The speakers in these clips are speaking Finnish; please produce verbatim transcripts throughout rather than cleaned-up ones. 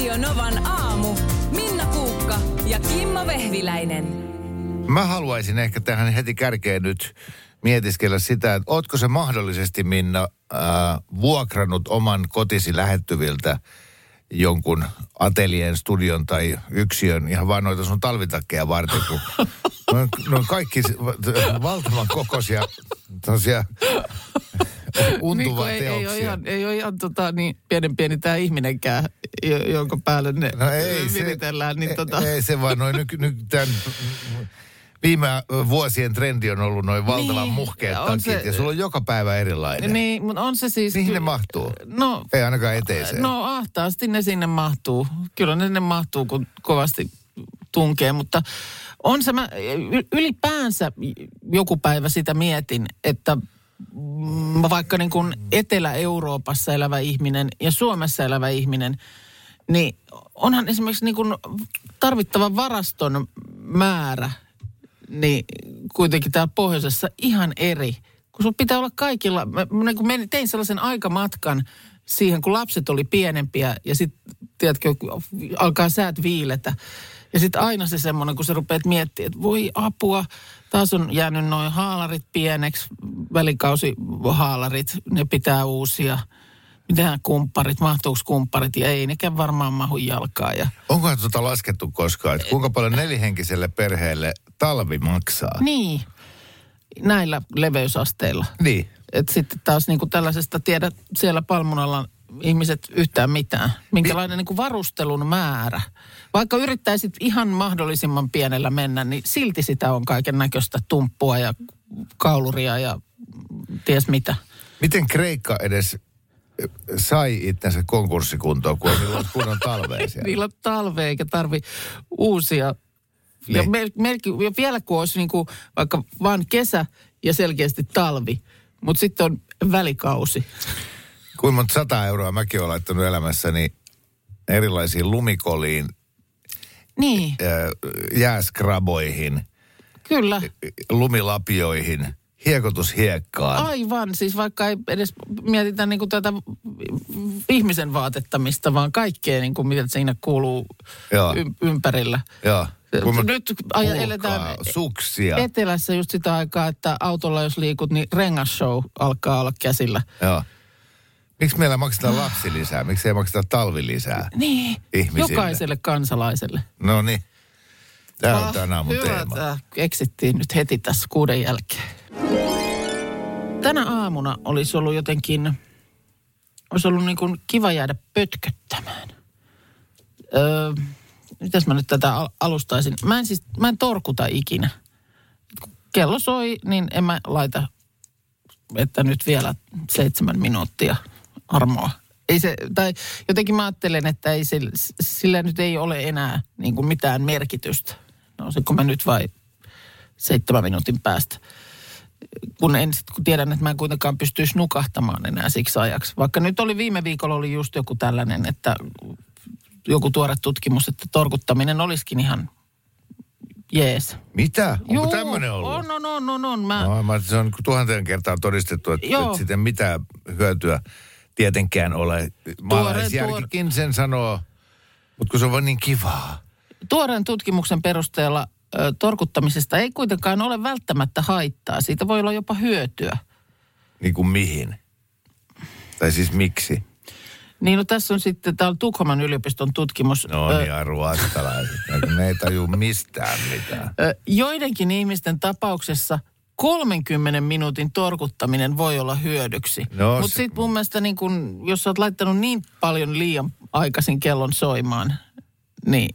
Radio Novan aamu. Minna Kuukka ja Kimmo Vehviläinen. Mä haluaisin ehkä tähän heti kärkeen nyt mietiskellä sitä, että ootko se mahdollisesti, Minna, ää, vuokrannut oman kotisi lähettyviltä jonkun ateljeen, studion tai yksiön ihan vaan noita sun talvitakkeja varten, kun ne on, ne on kaikki valtavan kokoisia tosiaan untuvia niin, teoksia. Ei, ei ole ihan, ei ole ihan tota, niin pienen pieni tämä ihminenkään, jonka päälle ne no ei viritellään. Se, niin, ei, tota... ei se vaan noin nyt, nyt tämän viime vuosien trendi on ollut noin valtavan niin, muhkeat takit se, ja sulla on joka päivä erilainen. Niin, mutta on se siis... Mihin ne mahtuu? No, ei ainakaan eteiseen. No ahtaasti ne sinne mahtuu. Kyllä ne sinne mahtuu, kun kovasti tunkee, mutta on se, mä ylipäänsä joku päivä sitä mietin, että vaikka niin kuin Etelä-Euroopassa elävä ihminen ja Suomessa elävä ihminen, niin onhan esimerkiksi niin kuin tarvittava varaston määrä, niin kuitenkin täällä pohjoisessa ihan eri. Kun sun pitää olla kaikilla, mä, mä kun menin, tein sellaisen aikamatkan siihen, kun lapset oli pienempiä ja sitten, tiedätkö, alkaa säät viiletä. Ja sitten aina se semmoinen, kun sä rupeat miettimään, että voi apua, taas on jäänyt noin haalarit pieneksi, välikausihaalarit, ne pitää uusia. Mitähän kumpparit, mahtuuko kumpparit ja ei nekään varmaan mahu jalkaa. Ja... Onkohan tuota laskettu koskaan, että kuinka paljon nelihenkiselle perheelle talvi maksaa? Niin, näillä leveysasteilla. Niin. Että sitten taas niin kuin tällaisesta tiedä siellä Palmunalla ihmiset yhtään mitään. Minkälainen niin. Niin kuin varustelun määrä. Vaikka yrittäisit ihan mahdollisimman pienellä mennä, niin silti sitä on kaiken näköistä tumppua ja kauluria ja ties mitä. Miten Kreikka edes sai itsensä konkurssikuntoon, kun on kunnon talvea siellä? Niillä on talvea eikä tarvi uusia. Niin. Ja, mel, melki, ja vielä kun olisi niin kuin vaikka vaan kesä ja selkeästi talvi, mutta sitten on välikausi. Kuinka monta sata euroa mäkin olen laittanut elämässäni erilaisiin lumikoliin, niin. jääskraboihin, kyllä, lumilapioihin, hiekotushiekkaan. Aivan, siis vaikka ei edes mietitä niin kuin tätä ihmisen vaatettamista, vaan kaikkea, niin kuin mitä siinä kuuluu y- ympärillä. Joo. Nyt eletään suksia. Etelässä just sitä aikaa, että autolla jos liikut, niin rengasshow alkaa olla käsillä. Joo. Miksi meillä maksetaan lapsilisää? Miksi ei makseta talvilisää? Niin, ihmisille? Jokaiselle kansalaiselle. No niin. Tämä on ah, tämän aamun hyvä, teema. Tämä eksittiin nyt heti tässä kuuden jälkeen. Tänä aamuna olisi ollut jotenkin, olisi ollut niin kuin kiva jäädä pötköttämään. Öö, mitäs mä nyt tätä alustaisin? Mä en siis, mä en torkuta ikinä. Kun kello soi, niin en mä laita, että nyt vielä seitsemän minuuttia armoa. Ei se, tai jotenkin mä ajattelen, että ei sillä, sillä nyt ei ole enää niin kuin mitään merkitystä. No se kun mä nyt vai seitsemän minuutin päästä. Kun, en, kun tiedän, että mä en kuitenkaan pystyisi nukahtamaan enää siksi ajaksi. Vaikka nyt oli viime viikolla oli just joku tällainen, että joku tuore tutkimus, että torkuttaminen olisikin ihan jees. Mitä? Onko Joo, tämmöinen ollut? on, on, on, on, on. Mä... No, mä, se on tuhanteen kertaa todistettu, että, että sitten mitään hyötyä tietenkään ole. Maalaisjärkikin tuore... sen sanoo, mutta kun se on vaan niin kivaa. Tuoreen tutkimuksen perusteella ö, torkuttamisesta ei kuitenkaan ole välttämättä haittaa. Siitä voi olla jopa hyötyä. Niin kuin mihin? Tai siis miksi? Niin no tässä on sitten, tämä on Tukholman yliopiston tutkimus. No niin, ja ruotsalaiset. Ne ei taju mistään mitään. Ö, joidenkin ihmisten tapauksessa kolmenkymmenen minuutin torkuttaminen voi olla hyödyksi. No, mutta sitten mun mielestä niin kun, jos sä oot laittanut niin paljon liian aikaisin kellon soimaan, niin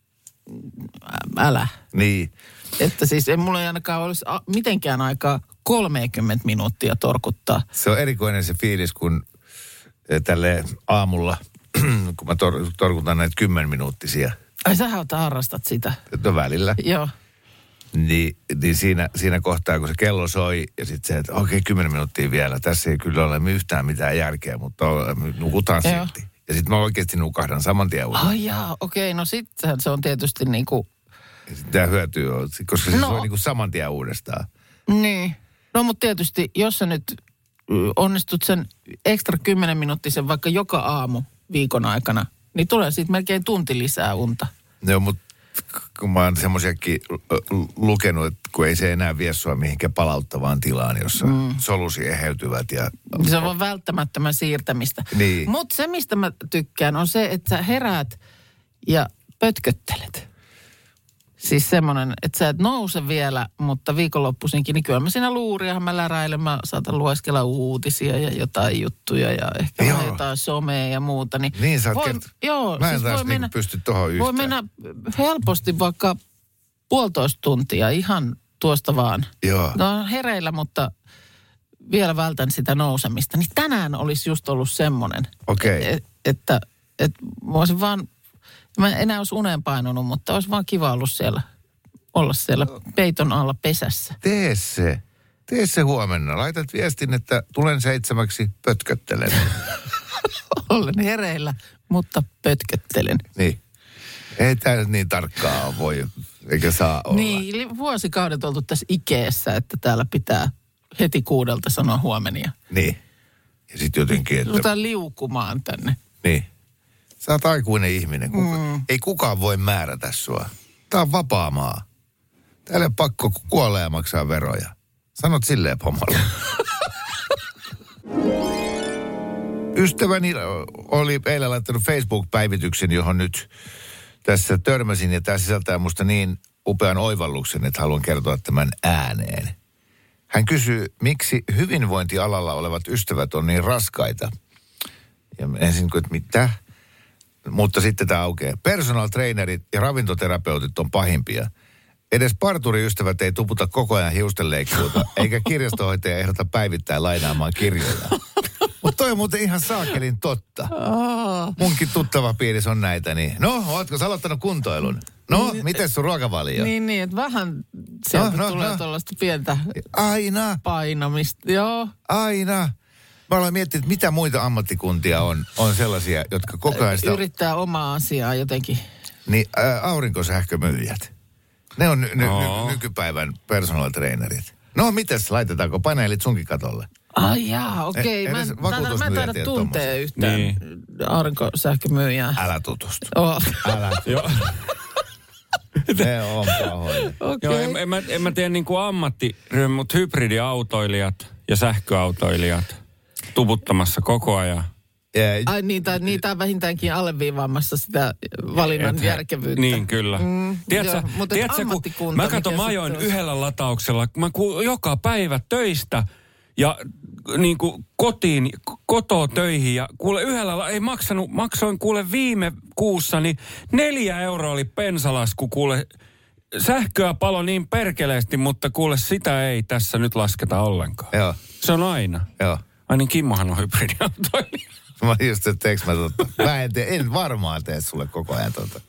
älä. Niin. Että siis ei mulla ei ainakaan olisi mitenkään aikaa kolmekymmentä minuuttia torkuttaa. Se on erikoinen se fiilis, kun tälle aamulla, kun mä tor- torkutan näitä kymmenminuuttisia. Ai sähän harrastat sitä. No välillä. Joo. Niin, niin siinä, siinä kohtaa, kun se kello soi ja sitten se, että okei, okay, kymmenen minuuttia vielä. Tässä ei kyllä ole yhtään mitään järkeä, mutta nukutaan silti. Ja sitten mä oikeasti nukahdan saman tien uudelleen. Ai jaa, okei, okay, no sittenhän se on tietysti niin kuin... Tämä hyötyy on, koska se no. soi niin kuin saman tien uudestaan. Niin. No mutta tietysti, jos sä nyt onnistut sen ekstra kymmenen minuuttisen vaikka joka aamu viikon aikana, niin tulee siitä melkein tunti lisää unta. Joo, mutta kun mä oon semmoisiakin lukenut, että kun ei se enää vie sua mihinkään palauttavaan tilaan, jossa mm. solusi eheytyvät. Ja... Se on vaan välttämättömän siirtämistä. Niin. Mutta se, mistä mä tykkään, on se, että sä heräät ja pötköttelet. Siis semmoinen, että sä et nouse vielä, mutta viikonloppuisinkin, niin kyllä mä siinä luuriahan mä läräilen, mä saatan lueskella uutisia ja jotain juttuja ja ehkä Joo. jotain somea ja muuta. Niin, niin sä oot voi, kert... joo, Mä en siis taas voi niin mennä, pysty tohon yhtään. Voi mennä helposti vaikka puolitoista tuntia ihan tuosta vaan. Joo. No hereillä, mutta vielä vältän sitä nousemista. Niin tänään olisi just ollut semmoinen, Okei. et, että, että mä olisin vaan, mä en enää olisi uneen painunut, mutta olisi vaan kiva ollut siellä, olla siellä peiton alla pesässä. Tee se. Tee se huomenna. Laitat viestin, että tulen seitsemäksi, pötköttelen. Olen hereillä, mutta pötköttelen. Niin. Ei tämä nyt niin tarkkaa voi, eikä saa olla. Niin, eli vuosikaudet oltu tässä Ikeessä, että täällä pitää heti kuudelta sanoa huomenia. Niin. Ja sitten jotenkin, että... Ruvetaan liukumaan tänne. Niin. Sä oot aikuinen ihminen. Kuka, mm. Ei kukaan voi määrätä sua. Tää on vapaa maa. Täällä ei ole pakko kuolla ja maksaa veroja. Sanot silleen pomolle. Ystäväni oli eilen laittanut Facebook-päivityksen, johon nyt tässä törmäsin. Ja tämä sisältää musta niin upean oivalluksen, että haluan kertoa tämän ääneen. Hän kysyy, miksi hyvinvointialalla olevat ystävät on niin raskaita. Ja ensin, että mitä? Mutta sitten tämä aukeaa. Personal trainerit ja ravintoterapeutit on pahimpia. Edes parturiystävät ei tuputa koko ajan hiustenleikkuuta, eikä kirjastohoitaja ehdota päivittäin lainaamaan kirjoja. Mutta toi on muuten ihan saakelin totta. Munkin tuttava piirissä on näitä, niin. No, ootko sä aloittanut kuntoilun? No, miten sun ruokavalio? Niin, niin, että vähän sieltä No, no, tulee no. tuollaista pientä Aina, painamista. Joo. aina. Mä olen miettinyt, että mitä muita ammattikuntia on, on sellaisia, jotka koko ajan sitä... Yrittää omaa asiaa jotenkin. Niin, ä, aurinkosähkömyyjät. Ne on ny- ny- Oo. ny- nykypäivän personal trainerit. No, mites, laitetaanko paneelit sunkin katolle? Ai jaa, okei. E- Mä, edes en- mä, en- mä en vakuutusmyyjät taida ei ole tuntea tommosia. yhtään Niin. aurinkosähkömyyjää. Älä tutustu. Oh. Älä. Joo. Ne on pahoja. Okei. Joo, en, en, mä, en mä tiedä niin kuin ammattiryhmä, mutta hybridiautoilijat ja sähköautoilijat tuputtamassa koko ajan. Ja- Ai niitä, niitä on vähintäänkin alleviivaamassa sitä valinnan Et- järkevyyttä. Niin, kyllä. Mm, tiedätkö, joo, mutta et tiedätkö kun ammattikunta, mä katson, mikä mä ajoin sitten on- yhdellä latauksella, mä kuul, joka päivä töistä ja niin kuin kotiin, kotoa töihin ja kuule yhdellä, la- ei maksanut, maksoin kuule viime kuussa, niin neljä euroa oli bensalasku, kuule sähköä palo niin perkeleesti, mutta kuule sitä ei tässä nyt lasketa ollenkaan. Joo, Se on aina. joo. Ai niin Kimmohan on hybridiautoilija. Mä just, että teekö mä totta. Mä en, tee, en varmaan tee sulle koko ajan tota.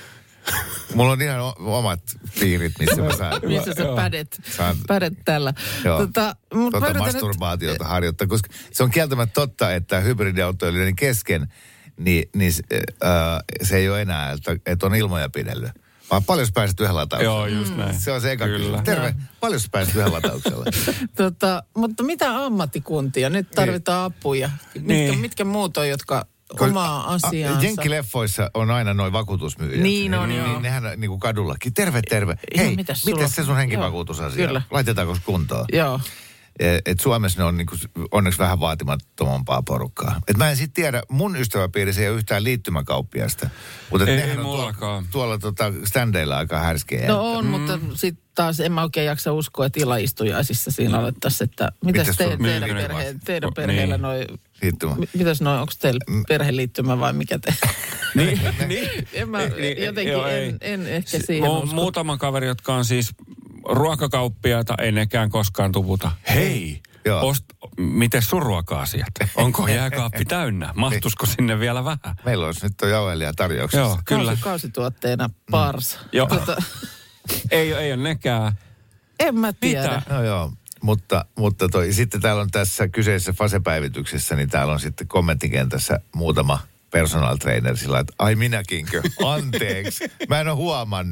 Mulla on ihan o- omat piirit, missä mä saan. Missä sä Joo. pädet, Saan- pädet tällä. Joo. Tota, mut Tota mä yritän masturbaatiota harjoittaa, koska se on kieltämättä totta, että hybridiautoilijoiden kesken, niin, niin äh, se ei ole enää, että, että on ilmoja pidellyt. Vaan paljon sä pääset yhden latauksella. Joo, just näin. Se on se eka Kyllä. kysymys. Terve, paljon sä pääset yhden latauksella? Tota, mutta mitä ammattikuntia? Nyt tarvitaan apuja. Mitkä, Niin. mitkä muut on, jotka omaa asiaansa? Jenkkileffoissa on aina noin vakuutusmyyjät. Niin on, niin, joo. niin, nehän on niin kuin kadullakin. Terve, terve. Ihan Hei, mitäs mitäs, sulla? se sun henkivakuutusasia? Joo, kyllä. Laitetaanko se kuntoon? Joo. Et, et Suomessa ne on niinku onneksi vähän vaatimattomampaa porukkaa. Et mä en sit tiedä, mun ystäväpiirissä ei ole yhtään liittymäkauppiasta. Mutta Ei- nehän ei on tuolla, mullakaan. tuolla tota standeilla aika härskejä. No on, mm. mutta sitten taas en mä oikein jaksa uskoa, että illaistujaisissa siinä alettaisiin, että mitäs Mitäs te, sulla- teidän, Myynyt perhe, vasta? teidän O- perheellä niin. noi, Liittymä. mi- mitäs noi, onko teillä perheliittymä vai mikä te? niin, niin. En mä Niin, jotenkin, joo, en, ei. en ehkä Si- siihen mu- usko. Muutama kaveri, jotka on siis ruokakauppiaita, ei nekään koskaan tuputa. Hei, Joo. ost, miten sun ruoka-asiat? Onko jääkaappi täynnä? Mahtuisiko sinne vielä vähän? Meillä olisi nyt on jauhelia tarjouksessa. Joo, kyllä. Kausi, kausituotteena parsa. Joo. Tota, Ei, ei ole nekään. en mä tiedä. Mitä? No joo, mutta, mutta toi, sitten täällä on tässä kyseisessä fasepäivityksessä, niin täällä on sitten kommenttikentässä muutama personal trainer sillä, että ai minäkinkö, anteeksi, mä en ole huomannut.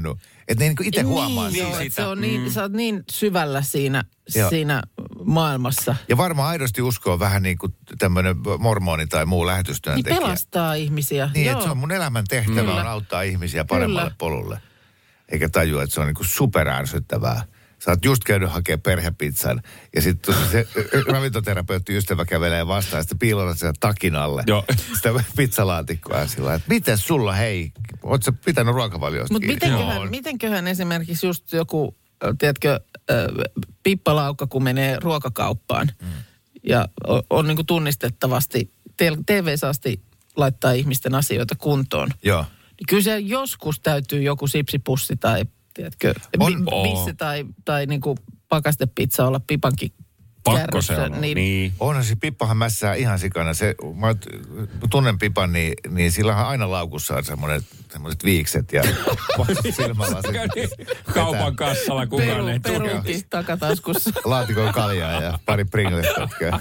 Että ne niin itse huomaa niin, sen. joo, että se on niin, mm. sä oot niin syvällä siinä, siinä maailmassa. Ja varmaan aidosti uskoo vähän niin kuin tämmöinen mormoni tai muu lähetystyöntekijä. Niin pelastaa ihmisiä. Niin, joo. että se on mun elämän tehtävä Kyllä. on auttaa ihmisiä paremmalle Kyllä. polulle. Eikä tajua, että se on niin kuin superärsyttävää. Sä oot just käynyt hakemaan perhepizzan ja sitten se ravintoterapeutti ystävä kävelee vastaan ja sitten piilotat sen takin alle. Joo. Sitä pizzalaatikkoa sillä että miten sulla, hei, oot sä pitänyt ruokavaliosta Mutta kiinni? mitenköhän, mitenköhän esimerkiksi just joku, tiedätkö, äh, pippalaukka, kun menee ruokakauppaan mm. ja on, on niin kuin tunnistettavasti, T V:ssä asti laittaa ihmisten asioita kuntoon. Joo. Niin kyllä se joskus täytyy joku sipsipussi tai, tiedätkö, On, bi- bissi tai, tai niin kuin pakastepizza olla pipankin Pakko se kärryssä, on, niin, niin. Onhan se Pippahan mässää ihan sikana. Se, mä tunnen Pipan, niin, niin sillähän aina laukussa on semmoiset, semmoiset viikset ja silmälasit. Kaupan kassalla kukaan ei peru, tule. peruutin takataskussa. Laatikon kaljaa ja pari Pringles-pätkää.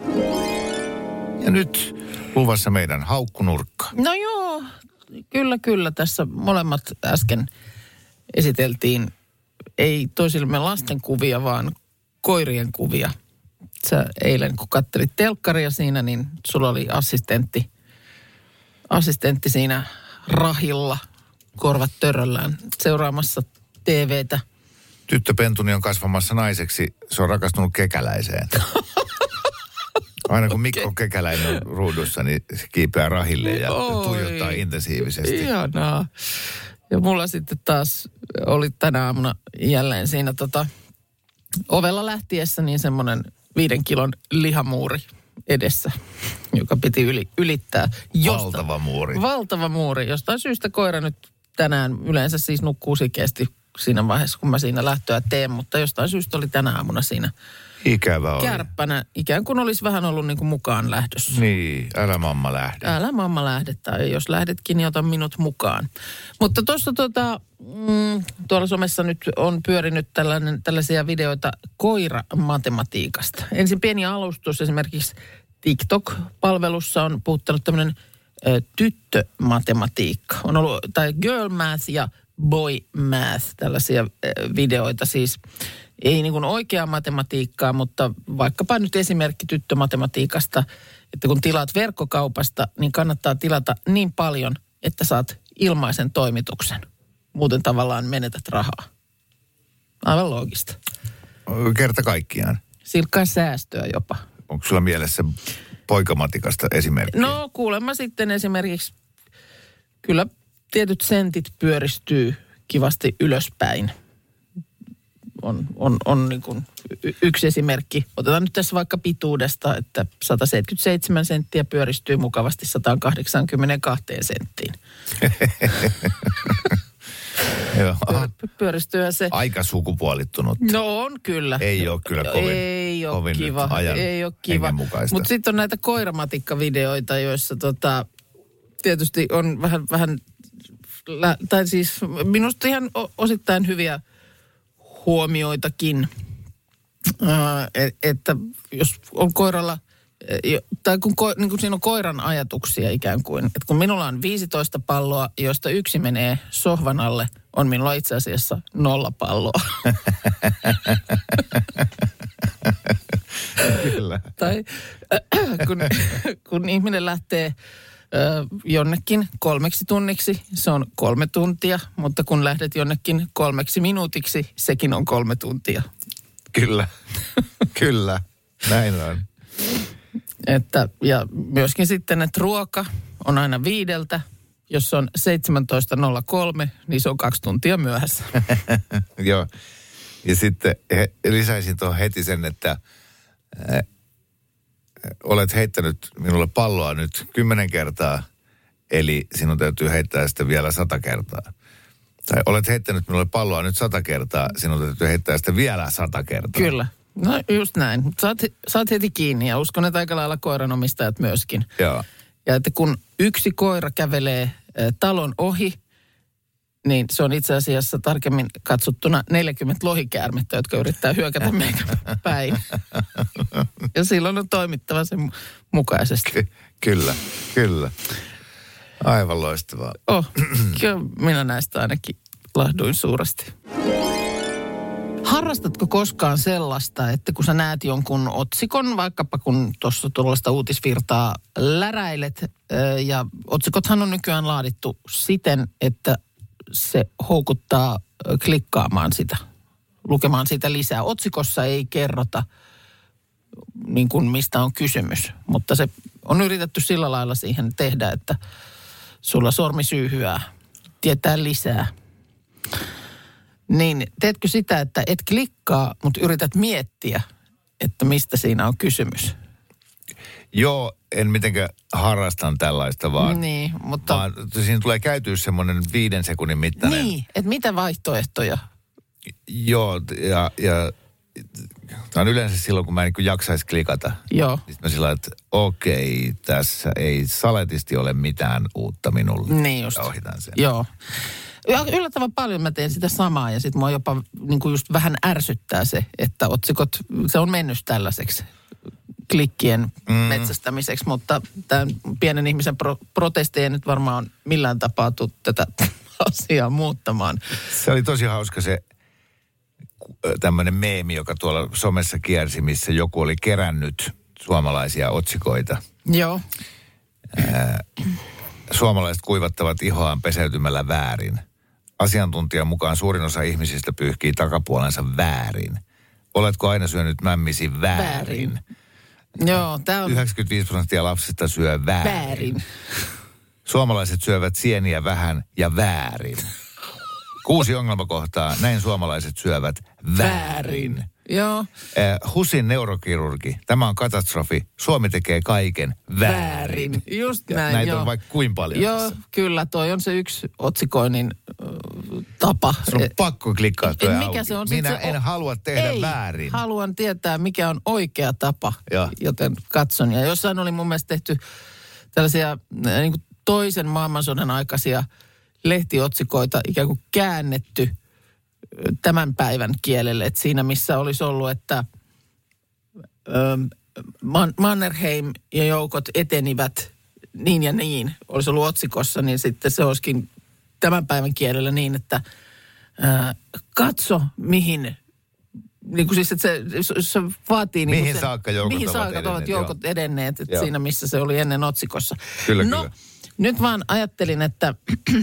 Ja nyt luvassa meidän haukkunurkka. No joo, kyllä, kyllä. Tässä molemmat äsken esiteltiin, ei toisillemme lasten kuvia, vaan koirien kuvia. Sä eilen, kun katselit telkkaria siinä, niin sulla oli assistentti, assistentti siinä rahilla, korvat töröllään, seuraamassa T V:tä. Tyttöpentuni on kasvamassa naiseksi. Se on rakastunut kekäläiseen. Aina kun Mikko Kekäläinen on ruudussa, niin se kiipeää rahille ja Oi. tuijottaa intensiivisesti. Ihanaa. Ja mulla sitten taas oli tänä aamuna jälleen siinä tota, ovella lähtiessä niin semmoinen viiden kilon lihamuuri edessä, joka piti yli, ylittää. Josta, Valtava muuri. Valtava muuri. Jostain syystä koira nyt tänään yleensä siis nukkuu sikeästi siinä vaiheessa, kun mä siinä lähtöä teen, mutta jostain syystä oli tänä aamuna siinä Ikävä oli. kärppänä. Ikään kuin olisi vähän ollut niin kuin mukaan lähdössä. Niin, älä mamma lähde. Älä mamma lähde, tai jos lähdetkin, niin ota minut mukaan. Mutta tuossa tota, mm, tuolla somessa nyt on pyörinyt tällainen, tällaisia videoita koiramatematiikasta. Ensin pieni alustus, esimerkiksi TikTok-palvelussa on puhuttanut tämmöinen ö, tyttömatematiikka. On ollut, tai girl math ja boy math, tällaisia ö, videoita siis. Ei niin kuin oikeaa matematiikkaa, mutta vaikkapa nyt esimerkki tyttömatematiikasta, että kun tilaat verkkokaupasta, niin kannattaa tilata niin paljon, että saat ilmaisen toimituksen. Muuten tavallaan menetät rahaa. Aivan loogista. Kerta kaikkiaan. Silkkaa säästöä jopa. Onko sulla mielessä poikamatikasta esimerkkiä? No kuulemma sitten esimerkiksi, kyllä tietyt sentit pyöristyy kivasti ylöspäin. On, on, on niin kuin y- yksi esimerkki. Otetaan nyt tässä vaikka pituudesta, että sata seitsemänkymmentäseitsemän senttiä pyöristyy mukavasti sata kahdeksankymmentäkaksi senttiin. Joo. Pyör- pyöristyyhän se. Aika sukupuolittunut. No on kyllä. Ei ole kyllä kovin, Ei ole kovin kiva. nyt ajan Ei ole kiva. hengenmukaista. Mutta sitten on näitä koiramatikkavideoita, joissa tota, tietysti on vähän, vähän lä- tai siis minusta ihan o- osittain hyviä huomioitakin, äh, että jos on koiralla, tai kun, ko, niin kun siinä on koiran ajatuksia ikään kuin, että kun minulla on viisitoista palloa, joista yksi menee sohvan alle, on minulla itse asiassa nolla palloa. Kyllä. Tai äh, kun, kun ihminen lähtee äh, jonnekin kolmeksi tunniksi, se on kolme tuntia, mutta kun lähdet jonnekin kolmeksi minuutiksi, sekin on kolme tuntia. Kyllä. Kyllä. Näin on. Että, ja myöskin sitten, että ruoka on aina viideltä. Jos se on seitsemäntoista nolla kolme, niin se on kaksi tuntia myöhässä. Joo. Ja sitten he, lisäisin tuohon heti sen, että äh, olet heittänyt minulle palloa nyt kymmenen kertaa, eli sinun täytyy heittää sitä vielä sata kertaa. Tai olet heittänyt minulle palloa nyt sata kertaa, sinun täytyy heittää sitä vielä sata kertaa. Kyllä. No just näin. Saat, saat heti kiinni ja uskon, että aika lailla koiranomistajat myöskin. Joo. Ja että kun yksi koira kävelee äh, talon ohi, niin se on itse asiassa tarkemmin katsottuna neljäkymmentä lohikäärmettä, jotka yrittää hyökätä meitä päin. Ja silloin on toimittava sen mukaisesti. Ky- kyllä, kyllä. Aivan loistavaa. Oh, kyllä minä näistä ainakin ilahduin suuresti. Harrastatko koskaan sellaista, että kun sä näet jonkun otsikon, vaikkapa kun tuossa tuollaista uutisvirtaa läräilet, ja otsikothan on nykyään laadittu siten, että se houkuttaa klikkaamaan sitä, lukemaan siitä lisää. Otsikossa ei kerrota niin kuin mistä on kysymys, mutta se on yritetty sillä lailla siihen tehdä, että sulla sormi syyhyää, tietää lisää. Niin teetkö sitä, että et klikkaa, mutta yrität miettiä, että mistä siinä on kysymys? Joo, en mitenkään harrastan tällaista, vaan, niin, mutta... vaan siinä tulee käytyä semmoinen viiden sekunnin mittainen. Niin, että mitä vaihtoehtoja? Joo, ja, ja tämä on yleensä silloin, kun mä en niin jaksaisi klikata. Joo. Sitten mä sillä että okei, tässä ei saletisti ole mitään uutta minulle. Niin just. Ja ohitan sen. Joo. Yllättävän paljon mä teen sitä samaa ja sitten mua jopa niin kuin just vähän ärsyttää se, että otsikot, se on mennyt tällaiseksi klikkien mm. metsästämiseksi, mutta tämän pienen ihmisen pro, protesti ei nyt varmaan millään tapaa tule tätä asiaa muuttamaan. Se oli tosi hauska se tämmöinen meemi, joka tuolla somessa kiersi, missä joku oli kerännyt suomalaisia otsikoita. Joo. Ää, suomalaiset kuivattavat ihoaan peseytymällä väärin. Asiantuntijan mukaan suurin osa ihmisistä pyyhkii takapuolensa väärin. Oletko aina syönyt mämmisi väärin? Väärin. Joo, tää on... yhdeksänkymmentäviisi prosenttia lapsista syö väärin. Väärin. Suomalaiset syövät sieniä vähän ja väärin. Kuusi ongelmakohtaa, näin suomalaiset syövät väärin. väärin. Joo. Eh, HUSin neurokirurgi, tämä on katastrofi. Suomi tekee kaiken väärin. väärin. Just näin, näitä joo. on vaikka kuinka paljon. Joo, tässä. Kyllä, toi on se yksi otsikoinnin äh, tapa. Sun on pakko klikkaa tuo mikä auki. se on? Minä se en on... halua tehdä Ei, väärin. haluan tietää, mikä on oikea tapa, ja. joten katson. Ja jossain oli mun mielestä tehty tällaisia äh, niin kuin toisen maailmansodan aikaisia lehtiotsikoita ikään kuin käännetty tämän päivän kielelle. Että siinä missä olisi ollut, että ö, Man- Mannerheim ja joukot etenivät niin ja niin, olisi ollut otsikossa, niin sitten se olisikin tämän päivän kielellä niin, että ö, katso mihin, niin kuin siis, että se, se vaatii... Niin mihin se, saakka joukot mihin ovat saakka edenneet. ovat joukot joo. edenneet, että siinä missä se oli ennen otsikossa. Kyllä, no, kyllä. Nyt vaan ajattelin, että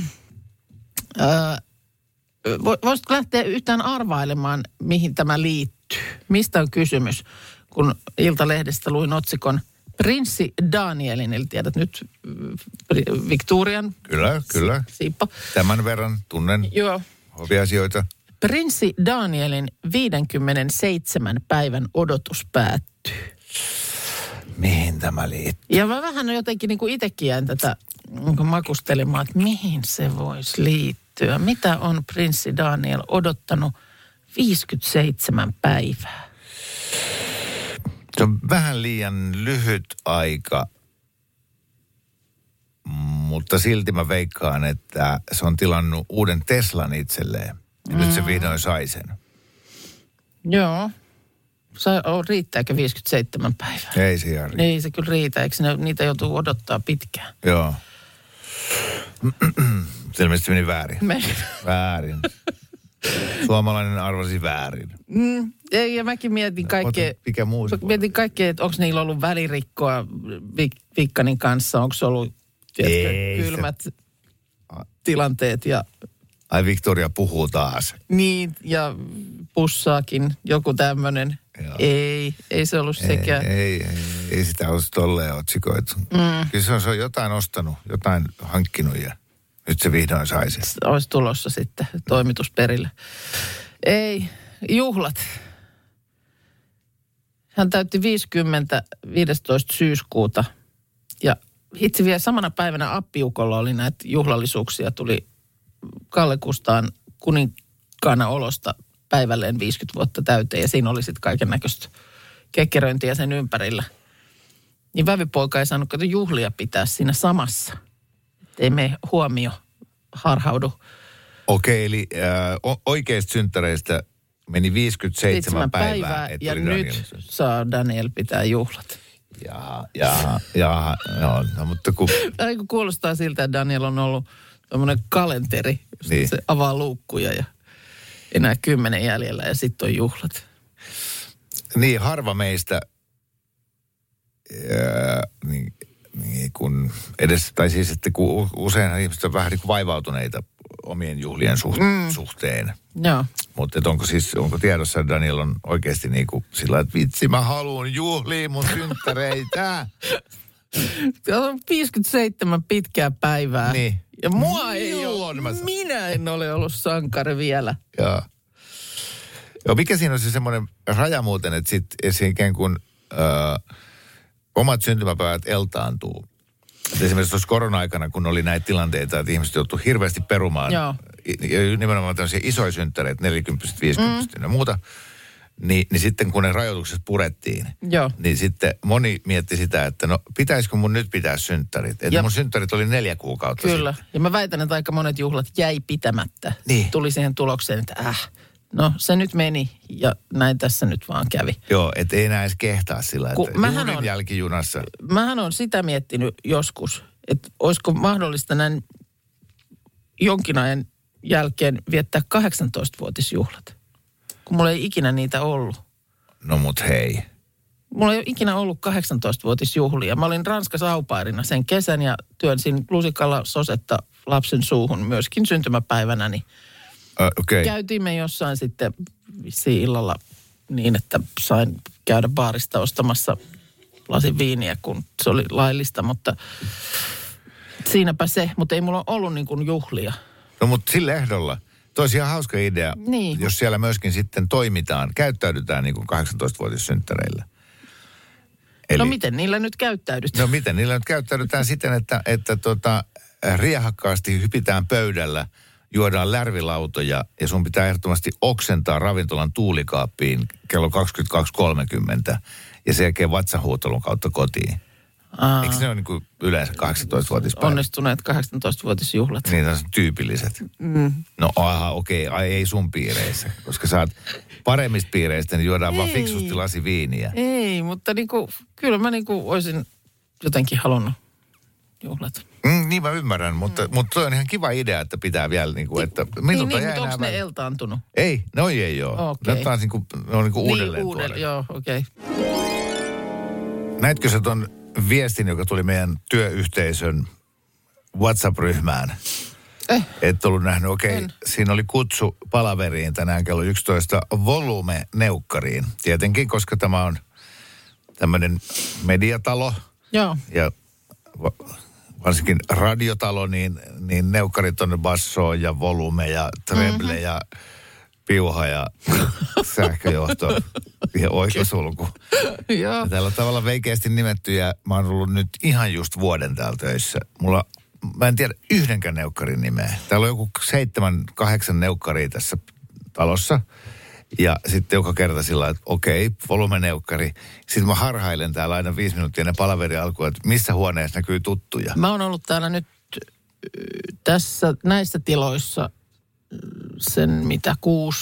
ö, voisitko lähteä yhtään arvailemaan, mihin tämä liittyy? Mistä on kysymys? Kun Iltalehdestä luin otsikon Prinssi Danielin, eli tiedät nyt Victorian. Kyllä, kyllä. Siippo. Tämän verran tunnen Joo. hoviasioita. Prinssi Danielin viidenkymmenenseitsemän päivän odotus päättyy. Mihin tämä liittyy? Ja mä vähän jotenkin niin kuin itsekin jäin tätä niin makustelemaan, että mihin se voisi liittyä. Mitä on prinssi Daniel odottanut viisikymmentäseitsemän päivää? Se on vähän liian lyhyt aika, mutta silti mä veikkaan, että se on tilannut uuden Teslan itselleen. Ja mm. nyt se vihdoin sai sen. Joo. Sa- oh, riittääkö viisikymmentäseitsemän päivää? Ei se ihan riitä. Ei se kyllä riitä, eikö ne, niitä joutuu odottaa pitkään? Joo. Se ilmeisesti meni väärin. Meni. Väärin. Suomalainen arvasi väärin. Mm, ei, ja mäkin mietin kaikkea, mikä muu se mietin kaikkea, että onko niillä ollut välirikkoa Vik- Vikkanin kanssa, onko ollut tiedätkö, ei, kylmät se... tilanteet ja... Ai Victoria puhuu taas. Niin, ja pussaakin joku tämmöinen. Ei, ei se ollut ei, sekään. Ei, ei, ei sitä olisi tolleen otsikoitu. Mm. Kyllä se on, se on jotain ostanut, jotain hankkinut ja nyt se vihdoin sai sen. Olisi tulossa sitten toimitusperille. Ei, juhlat. Hän täytti viisikymmentä viidestoista syyskuuta ja hitsi vielä samana päivänä appiukolla oli näitä juhlallisuuksia. Tuli Kalle Kustaan kuninkaana olosta päivälleen viisikymmentä vuotta täyteen ja siinä oli sitten kaiken näköistä kekkeröintiä sen ympärillä. Niin vävypoika ei saanut kato juhlia pitää siinä samassa. Ei me huomio harhaudu. Okei, eli äh, oikeista synttäreistä meni viisikymmentäseitsemän päivää. päivää ja nyt Daniel saa Daniel pitää juhlat. Ja, ja, ja, no, no mutta kun... Kuulostaa siltä, että Daniel on ollut tommoinen kalenteri, josta Niin. se avaa luukkuja ja enää kymmenen jäljellä ja sitten on juhlat. Niin, harva meistä ää, niin, niin kun edes, tai siis, että kun useinhan ihmiset on vähän niin kuin vaivautuneita omien juhlien suht, mm. suhteen. Joo. Mutta onko siis, onko tiedossa, että Daniel on oikeasti niin kuin sillä, että vitsi, mä haluun juhliin mun synttäreitä. On viisikymmentäseitsemän pitkää päivää. Niin. Ja mua ei Milloin mä ole, saan- minä en ole ollut sankari vielä. Joo. Joo, mikä siinä on se semmoinen raja muuten, että sitten se ikään kuin ö, omat syntymäpäivät eltaantuu. Et esimerkiksi tuossa korona-aikana, kun oli näitä tilanteita, että ihmiset joutuivat hirveästi perumaan. Joo. Ja nimenomaan tämmöisiä isoja synttäreitä, neljäkymppiset, viisikymppiset mm. ja muuta. Niin, niin sitten kun ne rajoitukset purettiin, Joo. niin sitten moni mietti sitä, että no pitäisikö mun nyt pitää synttärit. Että Ja- mun synttärit oli neljä kuukautta Kyllä. sitten. Ja mä väitän, että aika monet juhlat jäi pitämättä. Niin. Tuli siihen tulokseen, että äh, no se nyt meni ja näin tässä nyt vaan kävi. Joo, et ei enää edes kehtaa sillä, Kun että mähän juhlin on- jälkijunassa. Mähän on sitä miettinyt joskus, että olisiko mahdollista näin jonkin ajan jälkeen viettää kahdeksantoistavuotisjuhlat, kun mulla ei ikinä niitä ollut. No mut hei. Mulla ei ole ikinä ollut kahdeksantoistavuotisjuhlia. Mä olin Ranskassa aupairina sen kesän ja työnsin lusikalla sosetta lapsen suuhun myöskin syntymäpäivänä. Niin Ö, Okei. Okay. käytiin me jossain sitten vissiin illalla niin, että sain käydä baarista ostamassa lasin viiniä, kun se oli laillista, mutta siinäpä se. Mutta ei mulla ole ollut niin kuin juhlia. No mutta sillä ehdolla. Toisi ihan hauska idea, Niin. jos siellä myöskin sitten toimitaan, käyttäydytään niin kuin kahdeksantoistavuotissynttäreillä. Eli, No miten niillä nyt käyttäydyt? No miten? Niillä nyt käyttäydytään siten, että, että tota, riehakkaasti hypitään pöydällä, juodaan lärvilautoja ja sun pitää ehdottomasti oksentaa ravintolan tuulikaappiin kello kaksikymmentäkaksi kolmekymmentä ja sen jälkeen vatsahuutelun kautta kotiin. Aa, Eikö ne ole niin kuin yleensä kahdeksantoistavuotispäivät? onnistuneet kahdeksantoistavuotisjuhlat. Niin, on tyypilliset. Mm. No aha, okei, okay, ei sun piireissä, koska sä oot paremmista piireistä, niin juodaan vaan Ei. fiksusti lasi viiniä. Ei, mutta niinku, kyllä mä niinku olisin jotenkin halunnut juhlat. Mm, niin mä ymmärrän, mutta, mm. mutta toi on ihan kiva idea, että pitää vielä niin kuin, että Niin, minulta niin jäi mutta onko enää ne väl- eltaantunut? Ei, noi ei ole. Okei. Ne on taas niin kuin, ne on niin kuin uudelleen Niin, uudelleen, tuoreet. joo, okei. Okay. Näitkö sä ton viestin, joka tuli meidän työyhteisön WhatsApp-ryhmään? Eh. Et ollut nähnyt, okei. En. Siinä oli kutsu palaveriin tänään kello yksitoista Volume-neukkariin. Tietenkin, koska tämä on tämmöinen mediatalo Joo. ja va- varsinkin radiotalo, niin, niin neukkarit on bassoa ja volume ja treble mm-hmm. ja piuha ja sähköjohto ja oikosulku. Joo. Ja tällä tavalla veikeästi nimetty ja mä oon ollut nyt ihan just vuoden täällä töissä. Mulla, mä en tiedä yhdenkään neukkarin nimeä. Täällä on joku seitsemän, kahdeksan neukkaria tässä talossa. Ja sitten joka kerta sillä lailla, että okei, volumeneukkari. Sitten mä harhailen täällä aina viisi minuuttia ennen palaveri alkuun, että missä huoneessa näkyy tuttuja. Mä oon ollut täällä nyt äh, tässä näissä tiloissa äh, sen mitä kuusi,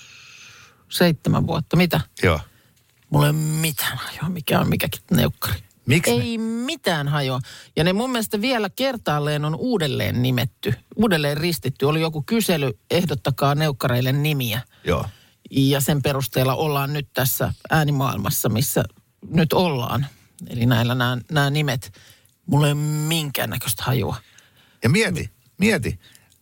seitsemän vuotta. Mitä? Joo. Mulla ei ole mitään hajoa, mikä on mikäkin neukkari. Miksi ne? Ei mitään hajoa. Ja ne mun mielestä vielä kertaalleen on uudelleen nimetty, uudelleen ristitty. Oli joku kysely, ehdottakaa neukkareille nimiä. Joo. Ja sen perusteella ollaan nyt tässä äänimaailmassa, missä nyt ollaan. Eli näillä nämä, nämä nimet, mulla ei ole minkäännäköistä hajua. Ja mieti, mieti.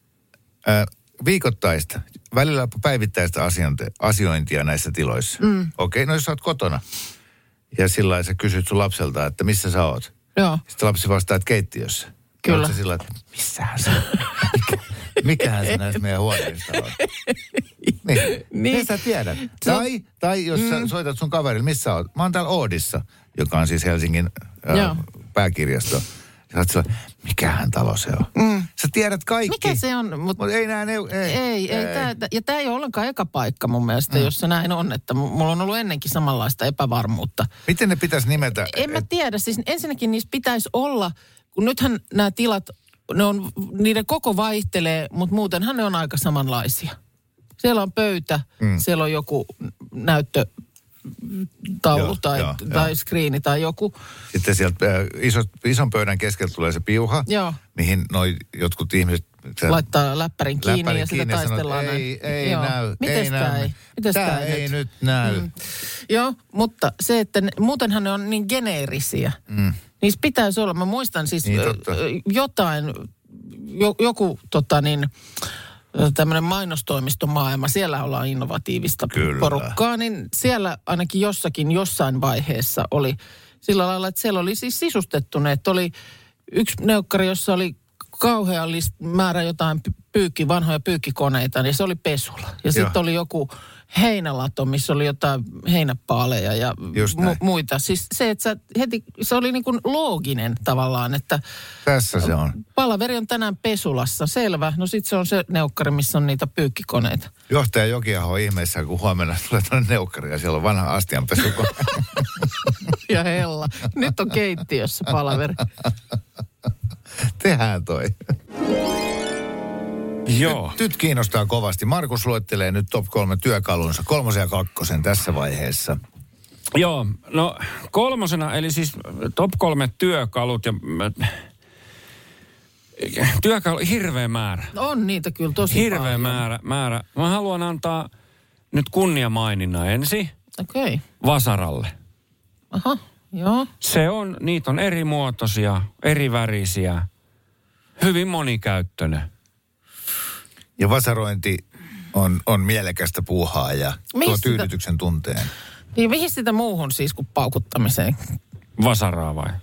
Ö, viikoittaista, välillä päivittäistä asiointi, asiointia näissä tiloissa. Mm. Okei, no jos sä oot kotona ja sillä lailla sä kysyt sun lapselta, että missä sä oot. Joo. Sitten lapsi vastaa, että keittiössä. Kyllä. Oot sä sillä lailla, että missähän sä, mikä, mikähän sä näistä meidän huoneista on. Niin, Niin. niin. Sä tiedät. Tai, tai jos mm. sä soitat sun kaverille, missä oot? Mä oon täällä Oodissa, joka on siis Helsingin äh, pääkirjasto. Sä oot sillä, mikähän talo se on. Mm. Sä tiedät kaikki. Mikä se on? Mut Mutta ei nää, ne, ei. ei, ei. Tää, ja tämä ei ole ollenkaan eka paikka mun mielestä, mm. jos se näin on. Että mulla on ollut ennenkin samanlaista epävarmuutta. Miten ne pitäisi nimetä? En mä tiedä. Siis ensinnäkin niissä pitäisi olla, kun nythän nämä tilat, ne on, niiden koko vaihtelee, mutta muutenhan ne on aika samanlaisia. Siellä on pöytä, mm. siellä on joku näyttötaulu Joo, tai, joo, tai joo. skriini tai joku. Sitten sieltä äh, iso, ison pöydän keskeltä tulee se piuha, Joo. mihin noi jotkut ihmiset Se laittaa läppärin kiinni läppärin ja sitä kiinni ja taistellaan. sanoo, ei, ei Joo. näy, Mites ei tää näy. ei? Mites Tää tää ei nyt? nyt näy. Mm. Joo, mutta se, että ne, muutenhan ne on niin geneerisiä. Mm. Niissä pitäisi olla. Mä muistan siis Niin, ö, totta. jotain, jo, joku tota niin, tämmöinen mainostoimistomaailma, siellä ollaan innovatiivista Kyllä. porukkaa, niin siellä ainakin jossakin jossain vaiheessa oli sillä lailla, että siellä oli siis sisustettu ne, että oli yksi neukkari, jossa oli kauhean list- määrä jotain pyykki, vanhoja pyykkikoneita, niin se oli pesula. Ja sitten oli joku heinälato, missä oli jotain heinäpaaleja ja mu- muita. Siis se, että sä heti, se oli niin kuin looginen tavallaan, että Tässä se on. palaveri on tänään pesulassa, selvä. No sit se on se neukkari, missä on niitä pyykkikoneita. Johtaja Jokiaho on ihmeessä, kun huomenna tulee tuonne neukkari ja siellä on vanha astianpesukone. Ja hella. Nyt on keittiössä palaveri. Tehdään toi. Joo. Nyt, nyt kiinnostaa kovasti. Markus luettelee nyt top kolme työkalunsa, kolmosen ja kakkosen tässä vaiheessa. Joo, no kolmosena, eli siis top kolme työkalut ja työkalu, hirveä määrä. On niitä kyllä tosi Hirveä paljon. määrä, määrä. Mä haluan antaa nyt kunniamaininnan ensin Okei. Okay. Vasaralle. Aha, joo. Se on, niitä on eri muotoisia, eri värisiä, hyvin monikäyttöinen. Ja vasarointi on, on mielekästä puuhaa ja Mihin tuo sitä- tyydytyksen tunteen. Niin mihin sitä muuhun siis kuin paukuttamiseen? Vasaraa vai?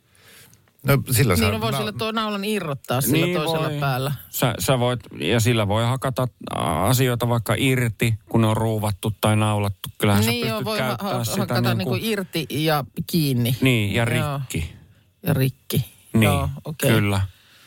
No sillä Niin saa... no voi na- sillä tuo naulan irrottaa sillä Niin toisella voi. päällä. Sä, sä voit, ja sillä voi hakata ä, asioita vaikka irti, kun ne on ruuvattu tai naulattu. Kyllähän Niin sä joo, pystyt voi ha- käyttämään ha- sitä hakata niin niin kuin... kuin irti ja kiinni. Niin, ja Joo. rikki. Ja rikki. Niin, Joo, okei. Okay. kyllä.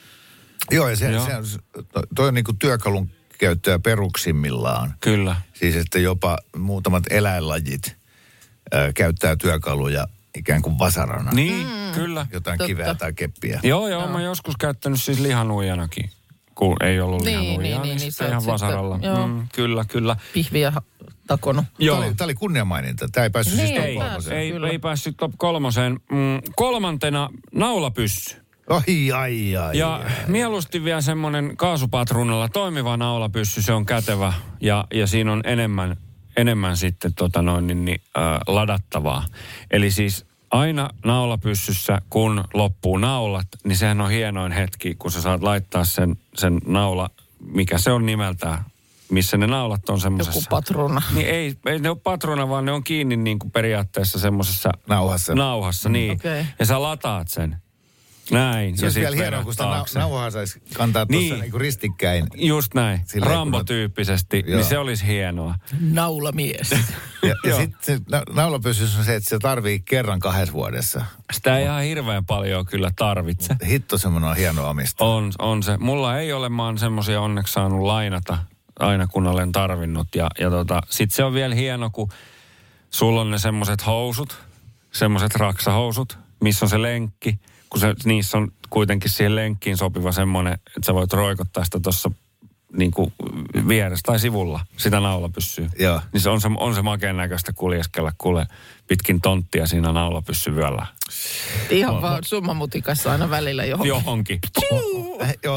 Joo, ja se, Joo. se on, toi on niin kuin työkalun käyttöä peruksimmillaan. Kyllä. Siis että jopa muutamat eläinlajit ö, käyttää työkaluja ikään kuin vasarana. Niin, mm. kyllä. Jotain Totta. kiveä tai keppiä. Joo, joo, mä joskus käyttänyt siis lihanuijanakin, kun ei ollut Niin, lihanuijaa, niin, niin, niin, niin niin sitten sä ihan oot vasaralla. sitten- joo. Mm, kyllä, kyllä. Pihviä ha- takonut. Tämä Joo. oli, tää oli kunniamaininta. Tämä ei päässyt Niin, siis top ei kolmoseen. päässyt. Ei, Kyllä. ei päässyt top kolmoseen. Mm, kolmantena naulapyssy. Ai, ai, ai. Ja ai. mieluusti vielä semmoinen kaasupatruunalla toimiva naulapyssy, se on kätevä ja, ja siinä on enemmän, enemmän sitten tota noin, niin, niin, äh, ladattavaa. Eli siis aina naulapyssyssä, kun loppuu naulat, niin sehän on hienoin hetki, kun sä saat laittaa sen, sen naula, mikä se on nimeltään, missä ne naulat on semmoisessa. Joku patruuna. Niin ei, ei ne ole patruuna, vaan ne on kiinni niin kuin periaatteessa semmoisessa Nauhassa. nauhassa, niin. Okei. Ja sä lataat sen. Näin. Se olisi sit vielä hienoa, vedät kun sitä na- taakse. nauhaa saisi kantaa tuossa Niin. niin kuin ristikkäin. Just näin. Silleen, kun Rambo-tyyppisesti, Joo. niin se olisi hienoa. Naulamies. Ja, ja Joo. sitten na- naulapyssys on se, että se tarvii kerran kahdessa vuodessa. Sitä ei ihan hirveän paljon kyllä tarvitse. Hitto semmoinen on hieno omistaa. On, on se. Mulla ei ole, mä oon semmosia onneksi saanut lainata aina kun olen tarvinnut. Ja, ja tota, sit se on vielä hieno, kun sulla on ne semmoset housut, semmoset raksahousut, missä on se lenkki. Kun se, niissä on kuitenkin siihen lenkkiin sopiva semmoinen, että sä voit roikottaa sitä tuossa niin kuin vieressä tai sivulla sitä naulapyssyä. Joo. Niin se on se, on se makeen näköistä kuljeskella kuule pitkin tonttia siinä naulapyssyvyöllä. Ihan vaan summamutikassa aina välillä johonkin. Johonkin. Eh, Joo.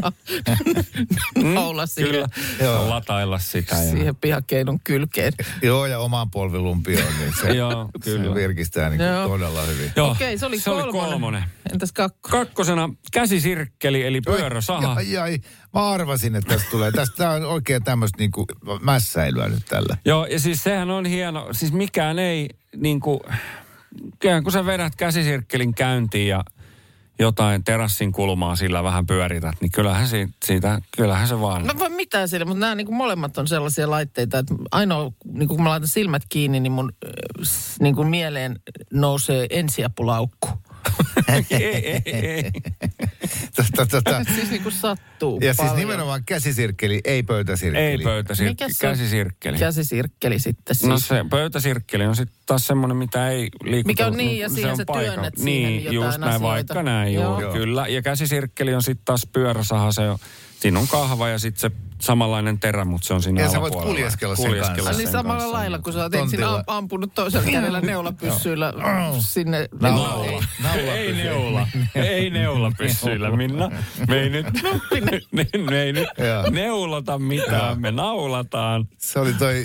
Naula siihen, Kyllä. Joo. Latailla sitä. Ja... siihen pihakeinun kylkeen. Joo, ja omaan polvilumpioon, niin se, Joo, se kyllä. virkistää niin kuin Joo. todella hyvin. Joo, Okei, se oli se kolmonen. oli kolmonen. Entäs kakko? Kakkosena käsisirkkeli eli pyörösaha. Ai, ai, mä arvasin, että tästä tulee. Tästä on oikein tämmöistä niin kuin mässäilyä nyt tällä. Joo, ja siis sehän on hieno. Siis mikään ei niin kuin, kyllähän kun sä vedät käsisirkkelin käyntiin ja jotain terassin kulmaa sillä vähän pyörität, niin kyllähän siitä, siitä kyllähän se vaan... Mä voin mitään sille, mutta nämä niin molemmat on sellaisia laitteita, että ainoa, niin kun mä laitan silmät kiinni, niin mun äh, niin kuin mieleen nousee ensiapulaukku. ei, ei, ei. Tota, tota. Siis niin kuin sattuu Ja siis paljon. nimenomaan käsisirkkeli, ei pöytäsirkkeli. Ei pöytäsirkkeli, Mikä se on? käsisirkkeli. Käsisirkkeli sitten siis. No se pöytäsirkkeli on sitten taas semmoinen, mitä ei liikuta. Mikä on niin, ja siihen on sä paikalla. työnnät siihen Niin, jotain just näin, asioita. vaikka näin, Joo. joo, Joo. kyllä. Ja käsisirkkeli on sitten taas pyöräsaha, se on, siinä on kahva ja sitten se samanlainen terä, mutta se on siinä Ja sä alapuolella. voit kuljeskella sen kanssa. Niin samalla kanssa. lailla, kun sä oot ensin Tontilla. am- ampunut toisella kädellä neulapyssyillä sinne. Naula. Ei. Naula. Ei neula. Ei neula pyssyillä, Minna. Me ei nyt, me, me ei nyt Joo. neulata mitään, me naulataan. Se oli toi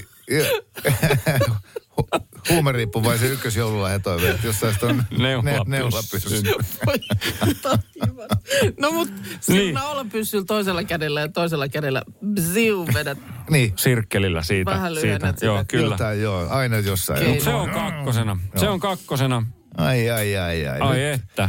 hu- huumeriippuvaisen ykkösjoululahjatoive, että jos saisit ton Neulapyssyn. neulapyssyn. No mut Niin. niin. naulapyssyllä toisella kädellä ja toisella kädellä bziu vedät. Niin. Sirkkelillä siitä. Vähän siitä. lyhennät sitä. Joo, kyllä. Jotain, joo, aina jossain. Okei. Mut se on kakkosena. Se on kakkosena. Ai, ai, ai, ai. Ai Nyt että.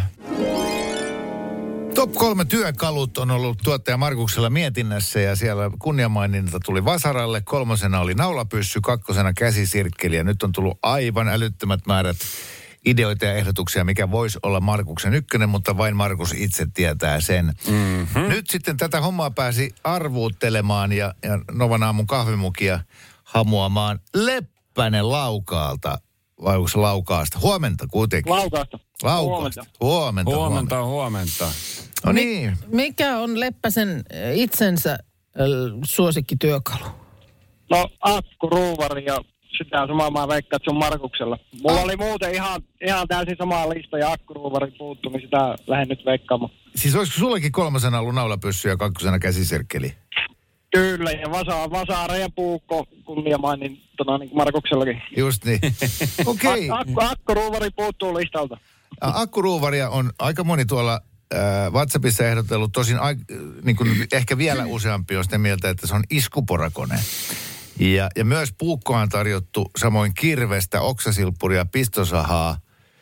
Top kolme työkalut on ollut tuottaja Markuksella mietinnässä ja siellä kunniamaininta tuli Vasaralle. Kolmosena oli naulapyssy, kakkosena käsisirkkeli ja nyt on tullut aivan älyttömät määrät ideoita ja ehdotuksia, mikä voisi olla Markuksen ykkönen, mutta vain Markus itse tietää sen. Mm-hmm. Nyt sitten tätä hommaa pääsi arvuuttelemaan ja, ja Novan aamun kahvimukia hamuamaan Leppänen Laukaalta. Vai onko se Laukaasta? Huomenta kuitenkin. Laukaasta. Laukaasta. Huomenta. Huomenta on huomenta. No niin. Mikä on Leppäsen äh, itsensä äh, suosikkityökalu? No, akkuruuvari ja sitä samaa mä veikkaan, että se on Markuksella. Mulla oli muuten ihan, ihan täysin sama lista ja akkuruuvari puuttu, niin sitä lähden nyt veikkaamaan. Siis olisiko sullakin kolmosena ollut naulapyssy ja kakkosena käsisirkkeli? Kyllä, ja vasa, Vasaara ja Puukko kunniamainintona niin kuin Markuksellakin. Just niin. Okei. Ak, akku, akkuruuvari puuttuu listalta. Akkuruuvaria on aika moni tuolla äh, WhatsAppissa ehdotellut. Tosin ai, niin kuin ehkä vielä useampi on sitä mieltä, että se on iskuporakone. Ja, ja myös puukkoa on tarjottu, samoin kirvestä, oksasilppuria, pistosahaa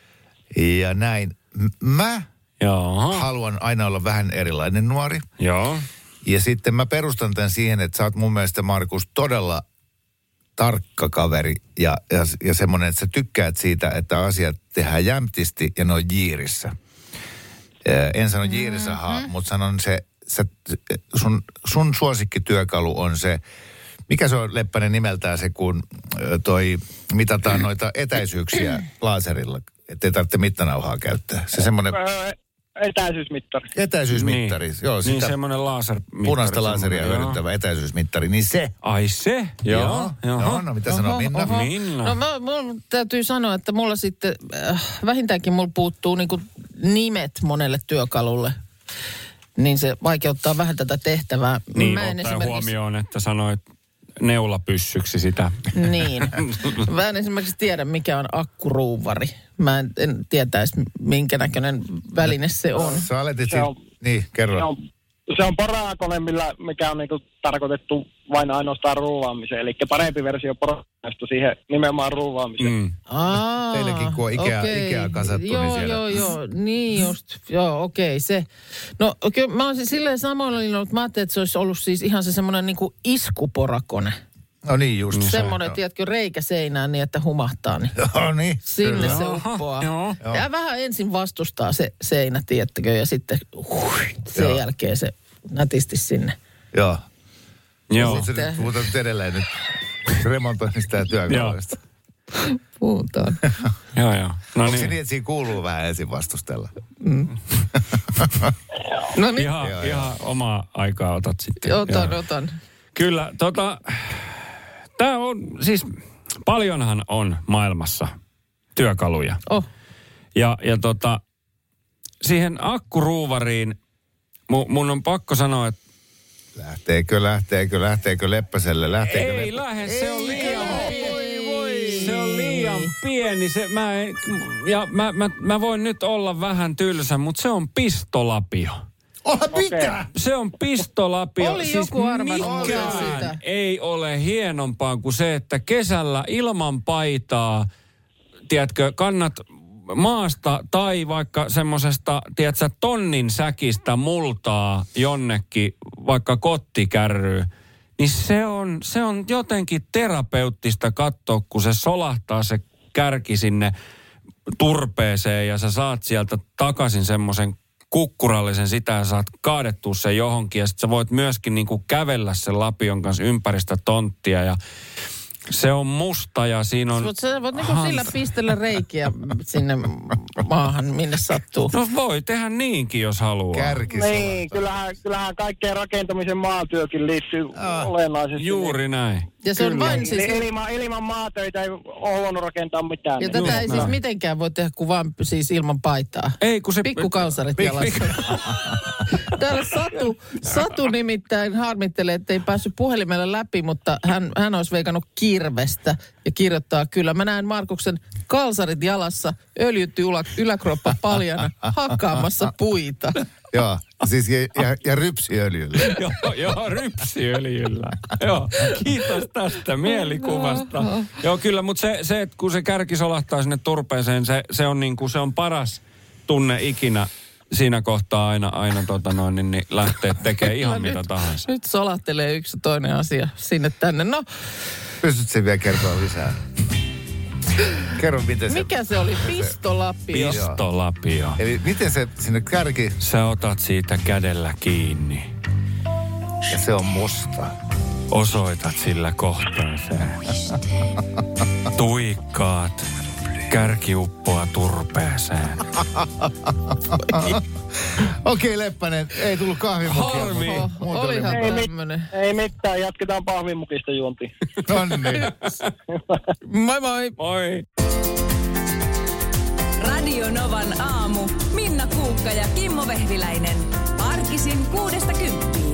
ja näin. M- Mä Joo. haluan aina olla vähän erilainen nuori. Joo. Ja sitten mä perustan tämän siihen, että sä oot mun mielestä, Markus, todella tarkka kaveri ja, ja, ja semmoinen, että sä tykkäät siitä, että asiat tehdään jämptisti ja ne on jiirissä. Ää, en sano jiirisahaa, mm-hmm. mutta sanon se, sä, sun, sun suosikkityökalu on se, mikä se on Leppänen nimeltään se, kun ö, toi mitataan noita etäisyyksiä laserilla, ettei tarvitse mittanauhaa käyttää. Se semmoinen Öö, etäisyysmittari. etäisyysmittari, Niin. joo, Niin sitä semmoinen lasermittari. punaista laseria semmoinen, hyödyntävä etäisyysmittari, niin se. Ai se? Joo. Joo, Joo. no mitä sanoo Minna? oho. Minna. No mä, mun täytyy sanoa, että mulla sitten, äh, vähintäänkin mulla puuttuu niinku nimet monelle työkalulle. Niin se vaikeuttaa vähän tätä tehtävää. Niin, Mä en ottaen esimerkiksi- huomioon, että sanoit neulapyssyksi sitä. Niin. Mä en esimerkiksi tiedä, mikä on akkuruuvari. Mä en, en tietäisi, minkä näköinen väline se on. Sä aletit Se on- sit, niin, kerro. Se on, se on porakone, millä, mikä on niinku tarkoitettu vain ainoastaan ruuvaamiseen. Eli parempi versio porakoneesta siihen nimenomaan ruuvaamiseen. Mm. Aa, Teilläkin, kun on Ikea- okei. Ikea kasattu, joo, niin siellä- Joo, joo, niin just. Joo, okei, se. No kyllä mä olisin silleen samoilla linjoilla, mutta mä ajattelin, että se olisi ollut siis ihan se semmoinen niin kuin iskuporakone. No niin, just se. Semmoinen, tiedätkö, reikä seinään niin, että humahtaa, niin Joo, niin. sinne Kyllä. se Jaha, uppoaa. joo. Ja vähän ensin vastustaa se seinä, tiedättekö, ja sitten huh, sen Joo. jälkeen se nätisti sinne. Joo. Joo. Se nyt puhutaan nyt edelleen nyt remontoinnista ja työkaluista. Puhutaan. Joo, joo. No Onko se niin. niin, että siinä kuuluu vähän ensin vastustella? No niin, Ihan, Joo, ihan omaa aikaa otat sitten. otan, Joo. otan. Kyllä, tota, tää on, siis paljonhan on maailmassa työkaluja. Oh, Ja, ja tota, siihen akkuruuvariin mu, mun on pakko sanoa, että Lähteekö, lähteekö, lähteekö Leppäselle? Lähteekö ei Leppä... lähde, se on liian pieni. Se on liian pieni. Se, mä, en- ja mä, mä, mä voin nyt olla vähän tylsä, mutta se on pistolapio. Oh, mitä? Se on pistolapio. Oli siis joku arvannut mikään sitä. ei ole hienompaa kuin se, että kesällä ilman paitaa, tiedätkö, kannat maasta tai vaikka semmosesta, tiedätkö, tonnin säkistä multaa jonnekin, vaikka kottikärryy, niin se on, se on jotenkin terapeuttista katsoa, kun se solahtaa se kärki sinne turpeeseen ja sä saat sieltä takaisin semmoisen kukkurallisen sitä ja saat kaadettua sen johonkin ja sit sä voit myöskin niinku kävellä sen lapion kanssa ympäristä tonttia ja se on musta ja siinä on... mutta sä voit niinku Hans- sillä pistellä reikiä sinne maahan, minne sattuu. No voi tehdä niinkin, jos haluaa. Kärkisalata. Niin, kyllähän, kyllähän kaikkeen rakentamisen maatyökin liittyy Ah, olennaisesti. Juuri näin. Ja se on vain siis... Niin, ilman, ilman maatöitä ei ole voinut rakentaa mitään. Ja niin. tätä Just ei siis näin. mitenkään voi tehdä kuin vaan siis ilman paitaa. Ei, kun se... Pikkukalsarit Pik- jalassa. Täällä Satu, Satu nimittäin harmittelee, että ei päässyt puhelimelle läpi, mutta hän, hän olisi veikannut kirvestä ja kirjoittaa kyllä. Mä näen Markuksen kalsarit jalassa, öljytty ylä, yläkroppa paljana, hakkaamassa puita. Joo, siis ja, ja, ja rypsiöljyllä. Joo, joo, rypsiöljyllä. Joo, kiitos tästä mielikuvasta. Joo, kyllä, mutta se, se että kun se kärki solahtaa sinne turpeeseen, se, se, on niin kuin, se on paras tunne ikinä. Siinä kohtaa aina, aina tota noin, niin, niin lähtee tekemään ihan mitä nyt, tahansa. Nyt solahtelee yksi toinen asia sinne tänne. No, Pystytkö sen vielä kertoa lisää? Kerro, miten se... mikä se oli? Pistolapio. Pistolapio. Eli miten se sinne kärki, Sä otat siitä kädellä kiinni. ja se on musta. Osoitat sillä kohtaaseen. Tuikkaat. Kärki uppoaa turpeeseen. Okei, Leppänen, ei tullut kahvimukia. Harmi. mutta Oho, muuten oli olihan Ei, mit, tämmönen. ei mitään, jatketaan pahvimukista juontiin. No niin. Moi moi. Moi. Radio Novan aamu. Minna Kuukka ja Kimmo Vehviläinen. Arkisin kuudesta kymppiin.